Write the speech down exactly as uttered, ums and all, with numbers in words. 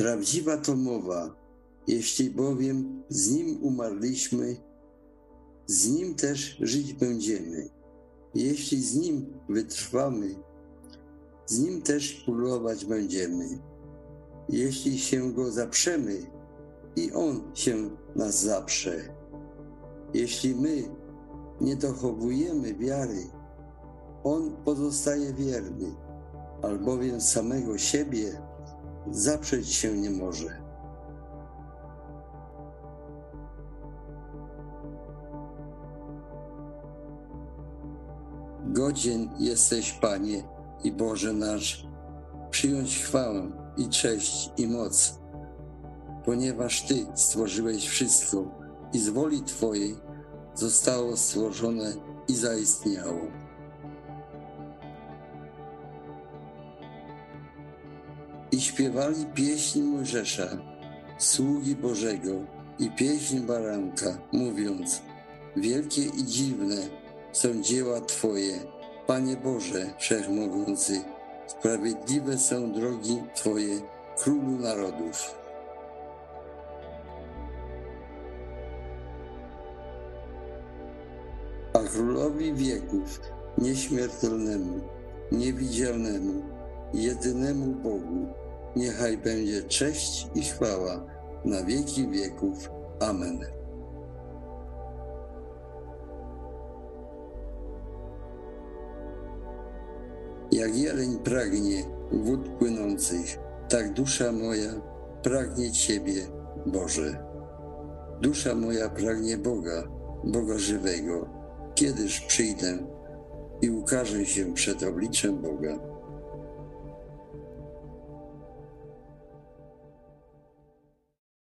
Prawdziwa to mowa, jeśli bowiem z Nim umarliśmy, z Nim też żyć będziemy. Jeśli z Nim wytrwamy, z Nim też królować będziemy. Jeśli się Go zaprzemy, i On się nas zaprze. Jeśli my nie dochowujemy wiary, On pozostaje wierny, albowiem samego siebie zaprzeć się nie może. Godzien jesteś, Panie i Boże nasz, przyjąć chwałę i cześć i moc, ponieważ Ty stworzyłeś wszystko i z woli Twojej zostało stworzone i zaistniało. I śpiewali pieśń Mojżesza, sługi Bożego, i pieśń Baranka, mówiąc: wielkie i dziwne są dzieła Twoje, Panie Boże Wszechmogący, sprawiedliwe są drogi Twoje, Królu narodów. A Królowi wieków, nieśmiertelnemu, niewidzialnemu, jedynemu Bogu, niechaj będzie cześć i chwała na wieki wieków. Amen. Jak jeleń pragnie wód płynących, tak dusza moja pragnie Ciebie, Boże. Dusza moja pragnie Boga, Boga żywego. Kiedyż przyjdę i ukażę się przed obliczem Boga.